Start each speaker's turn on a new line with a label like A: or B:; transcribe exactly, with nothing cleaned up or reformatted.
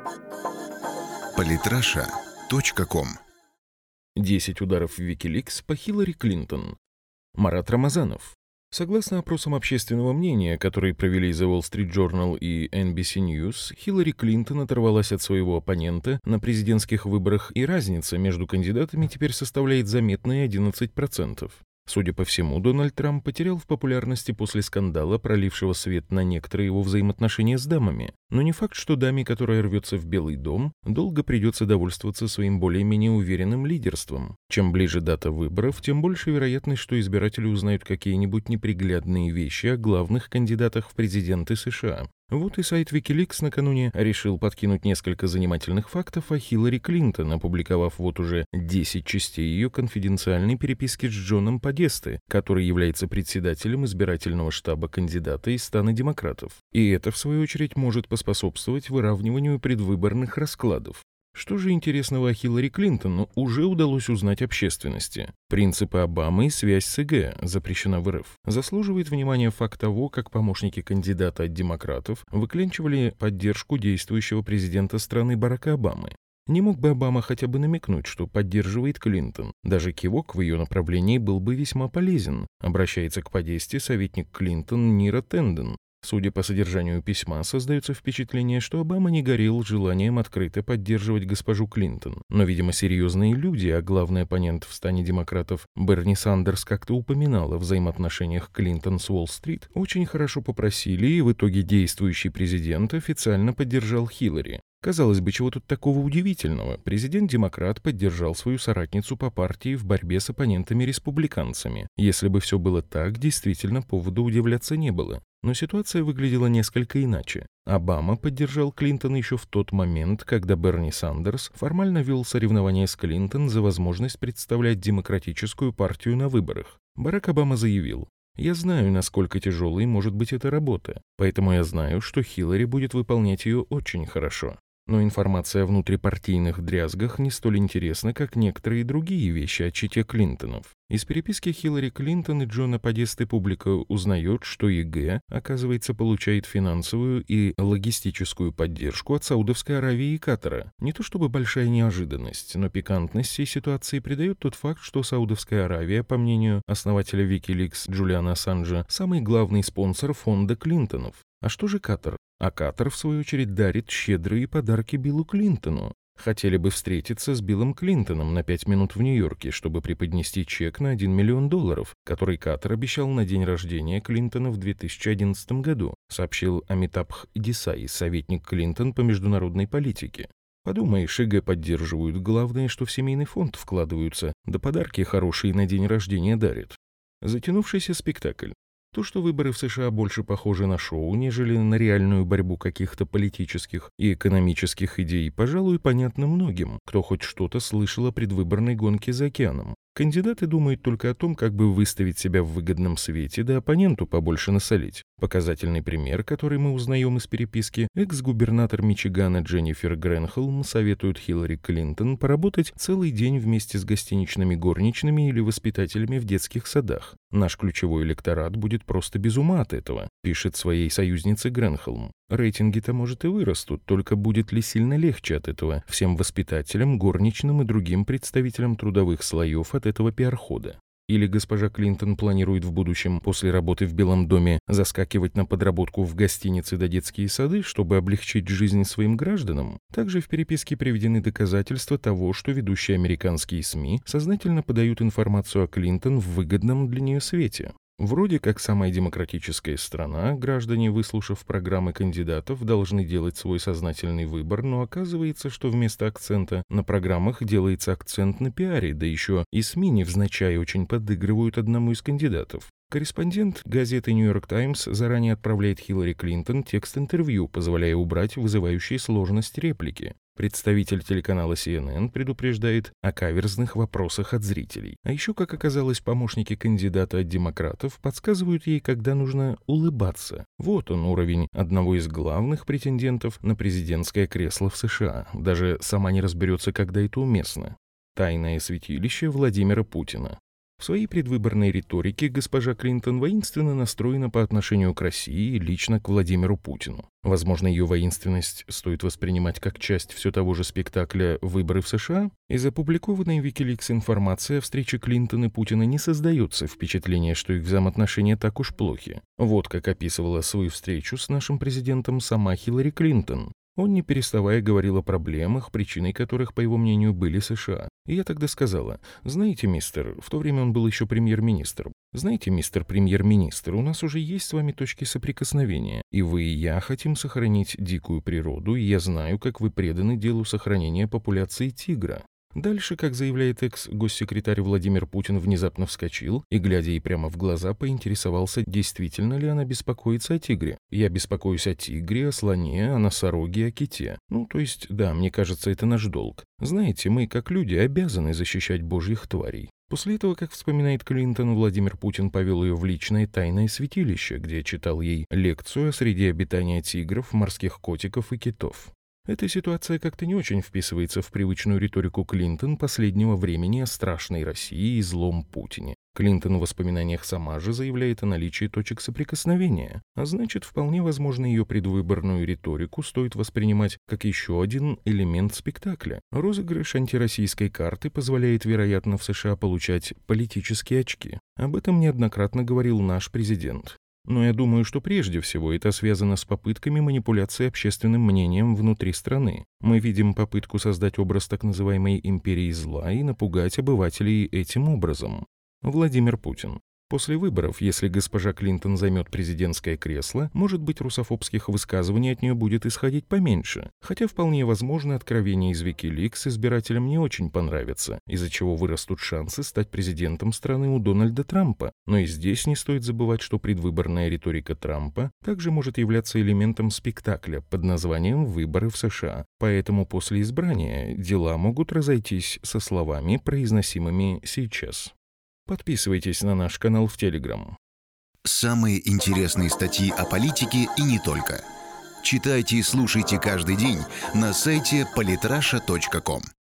A: политраша точка ком.
B: десять ударов в Wikileaks по Хиллари Клинтон. Марат Рамазанов. Согласно опросам общественного мнения, которые провели The Wall Street Journal и эн би си News, Хиллари Клинтон оторвалась от своего оппонента на президентских выборах, и разница между кандидатами теперь составляет заметные одиннадцать процентов. Судя по всему, Дональд Трамп потерял в популярности после скандала, пролившего свет на некоторые его взаимоотношения с дамами. Но не факт, что даме, которая рвется в Белый дом, долго придется довольствоваться своим более-менее уверенным лидерством. Чем ближе дата выборов, тем больше вероятность, что избиратели узнают какие-нибудь неприглядные вещи о главных кандидатах в президенты США. Вот и сайт Wikileaks накануне решил подкинуть несколько занимательных фактов о Хиллари Клинтон, опубликовав вот уже десять частей ее конфиденциальной переписки с Джоном Подесте, который является председателем избирательного штаба кандидата из стана демократов. И это, в свою очередь, может поспособствовать выравниванию предвыборных раскладов. Что же интересного о Хиллари Клинтон уже удалось узнать общественности? Принципы Обамы и связь с ИГ, запрещена в эр эф. Заслуживает внимания факт того, как помощники кандидата от демократов выклянчивали поддержку действующего президента страны Барака Обамы. Не мог бы Обама хотя бы намекнуть, что поддерживает Клинтон? Даже кивок в ее направлении был бы весьма полезен, обращается к Подесте советник Клинтон Нира Тенден. Судя по содержанию письма, создается впечатление, что Обама не горел желанием открыто поддерживать госпожу Клинтон. Но, видимо, серьезные люди, а главный оппонент в стане демократов Берни Сандерс как-то упоминал о взаимоотношениях Клинтон с Уолл-стрит, очень хорошо попросили, и в итоге действующий президент официально поддержал Хиллари. Казалось бы, чего тут такого удивительного? Президент-демократ поддержал свою соратницу по партии в борьбе с оппонентами-республиканцами. Если бы все было так, действительно повода удивляться не было. Но ситуация выглядела несколько иначе. Обама поддержал Клинтон еще в тот момент, когда Берни Сандерс формально вел соревнования с Клинтон за возможность представлять демократическую партию на выборах. Барак Обама заявил: «Я знаю, насколько тяжелой может быть эта работа, поэтому я знаю, что Хиллари будет выполнять ее очень хорошо». Но информация о внутрипартийных дрязгах не столь интересна, как некоторые другие вещи о чете Клинтонов. Из переписки Хиллари Клинтон и Джона Подесты публика узнает, что ИГ, оказывается, получает финансовую и логистическую поддержку от Саудовской Аравии и Катара. Не то чтобы большая неожиданность, но пикантность всей ситуации придает тот факт, что Саудовская Аравия, по мнению основателя Wikileaks Джулиана Ассанжа, самый главный спонсор фонда Клинтонов. А что же Катар? А Катар, в свою очередь, дарит щедрые подарки Биллу Клинтону. Хотели бы встретиться с Биллом Клинтоном на пять минут в Нью-Йорке, чтобы преподнести чек на один миллион долларов, который Катар обещал на день рождения Клинтона в две тысячи одиннадцатом году, сообщил Амитабх Десай, советник Клинтон по международной политике. Подумаешь, ИГ поддерживают, главное, что в семейный фонд вкладываются, да подарки хорошие на день рождения дарят. Затянувшийся спектакль. То, что выборы в США больше похожи на шоу, нежели на реальную борьбу каких-то политических и экономических идей, пожалуй, понятно многим, кто хоть что-то слышал о предвыборной гонке за океаном. Кандидаты думают только о том, как бы выставить себя в выгодном свете, да оппоненту побольше насолить. Показательный пример, который мы узнаем из переписки: экс-губернатор Мичигана Дженнифер Грэнхолм советует Хиллари Клинтон поработать целый день вместе с гостиничными горничными или воспитателями в детских садах. «Наш ключевой электорат будет просто без ума от этого», пишет своей союзнице Грэнхолм. Рейтинги-то, может, и вырастут, только будет ли сильно легче от этого всем воспитателям, горничным и другим представителям трудовых слоев от этого пиар-хода? Или госпожа Клинтон планирует в будущем после работы в Белом доме заскакивать на подработку в гостиницы да детские сады, чтобы облегчить жизнь своим гражданам? Также в переписке приведены доказательства того, что ведущие американские СМИ сознательно подают информацию о Клинтон в выгодном для нее свете. Вроде как самая демократическая страна, граждане, выслушав программы кандидатов, должны делать свой сознательный выбор, но оказывается, что вместо акцента на программах делается акцент на пиаре, да еще и СМИ невзначай очень подыгрывают одному из кандидатов. Корреспондент газеты «Нью-Йорк Таймс» заранее отправляет Хиллари Клинтон текст интервью, позволяя убрать вызывающие сложность реплики. Представитель телеканала си эн эн предупреждает о каверзных вопросах от зрителей. А еще, как оказалось, помощники кандидата от демократов подсказывают ей, когда нужно улыбаться. Вот он, уровень одного из главных претендентов на президентское кресло в США. Даже сама не разберется, когда это уместно. Тайное святилище Владимира Путина. В своей предвыборной риторике госпожа Клинтон воинственно настроена по отношению к России и лично к Владимиру Путину. Возможно, ее воинственность стоит воспринимать как часть все того же спектакля «Выборы в США». Из опубликованной в Wikileaks информации о встрече Клинтон и Путина не создается впечатление, что их взаимоотношения так уж плохи. Вот как описывала свою встречу с нашим президентом сама Хиллари Клинтон. Он, не переставая, говорил о проблемах, причиной которых, по его мнению, были США. И я тогда сказала: «Знаете, мистер...» В то время он был еще премьер-министром. «Знаете, мистер премьер-министр, у нас уже есть с вами точки соприкосновения. И вы, и я хотим сохранить дикую природу, и я знаю, как вы преданы делу сохранения популяции тигра». Дальше, как заявляет экс-госсекретарь, Владимир Путин внезапно вскочил и, глядя ей прямо в глаза, поинтересовался, действительно ли она беспокоится о тигре. «Я беспокоюсь о тигре, о слоне, о носороге, о ките. Ну, то есть, да, мне кажется, это наш долг. Знаете, мы, как люди, обязаны защищать божьих тварей». После этого, как вспоминает Клинтон, Владимир Путин повел ее в личное тайное святилище, где читал ей лекцию о среде обитания тигров, морских котиков и китов. Эта ситуация как-то не очень вписывается в привычную риторику Клинтон последнего времени о страшной России и злом Путине. Клинтон в воспоминаниях сама же заявляет о наличии точек соприкосновения, а значит, вполне возможно, ее предвыборную риторику стоит воспринимать как еще один элемент спектакля. Розыгрыш антироссийской карты позволяет, вероятно, в США получать политические очки. Об этом неоднократно говорил наш президент. Но я думаю, что прежде всего это связано с попытками манипуляции общественным мнением внутри страны. Мы видим попытку создать образ так называемой империи зла и напугать обывателей этим образом. Владимир Путин. После выборов, если госпожа Клинтон займет президентское кресло, может быть, русофобских высказываний от нее будет исходить поменьше. Хотя вполне возможно, откровения из Wikileaks избирателям не очень понравятся, из-за чего вырастут шансы стать президентом страны у Дональда Трампа. Но и здесь не стоит забывать, что предвыборная риторика Трампа также может являться элементом спектакля под названием «Выборы в США». Поэтому после избрания дела могут разойтись со словами, произносимыми сейчас. Подписывайтесь на наш канал в Телеграм.
A: Самые интересные статьи о политике и не только. Читайте и слушайте каждый день на сайте политраша точка ком.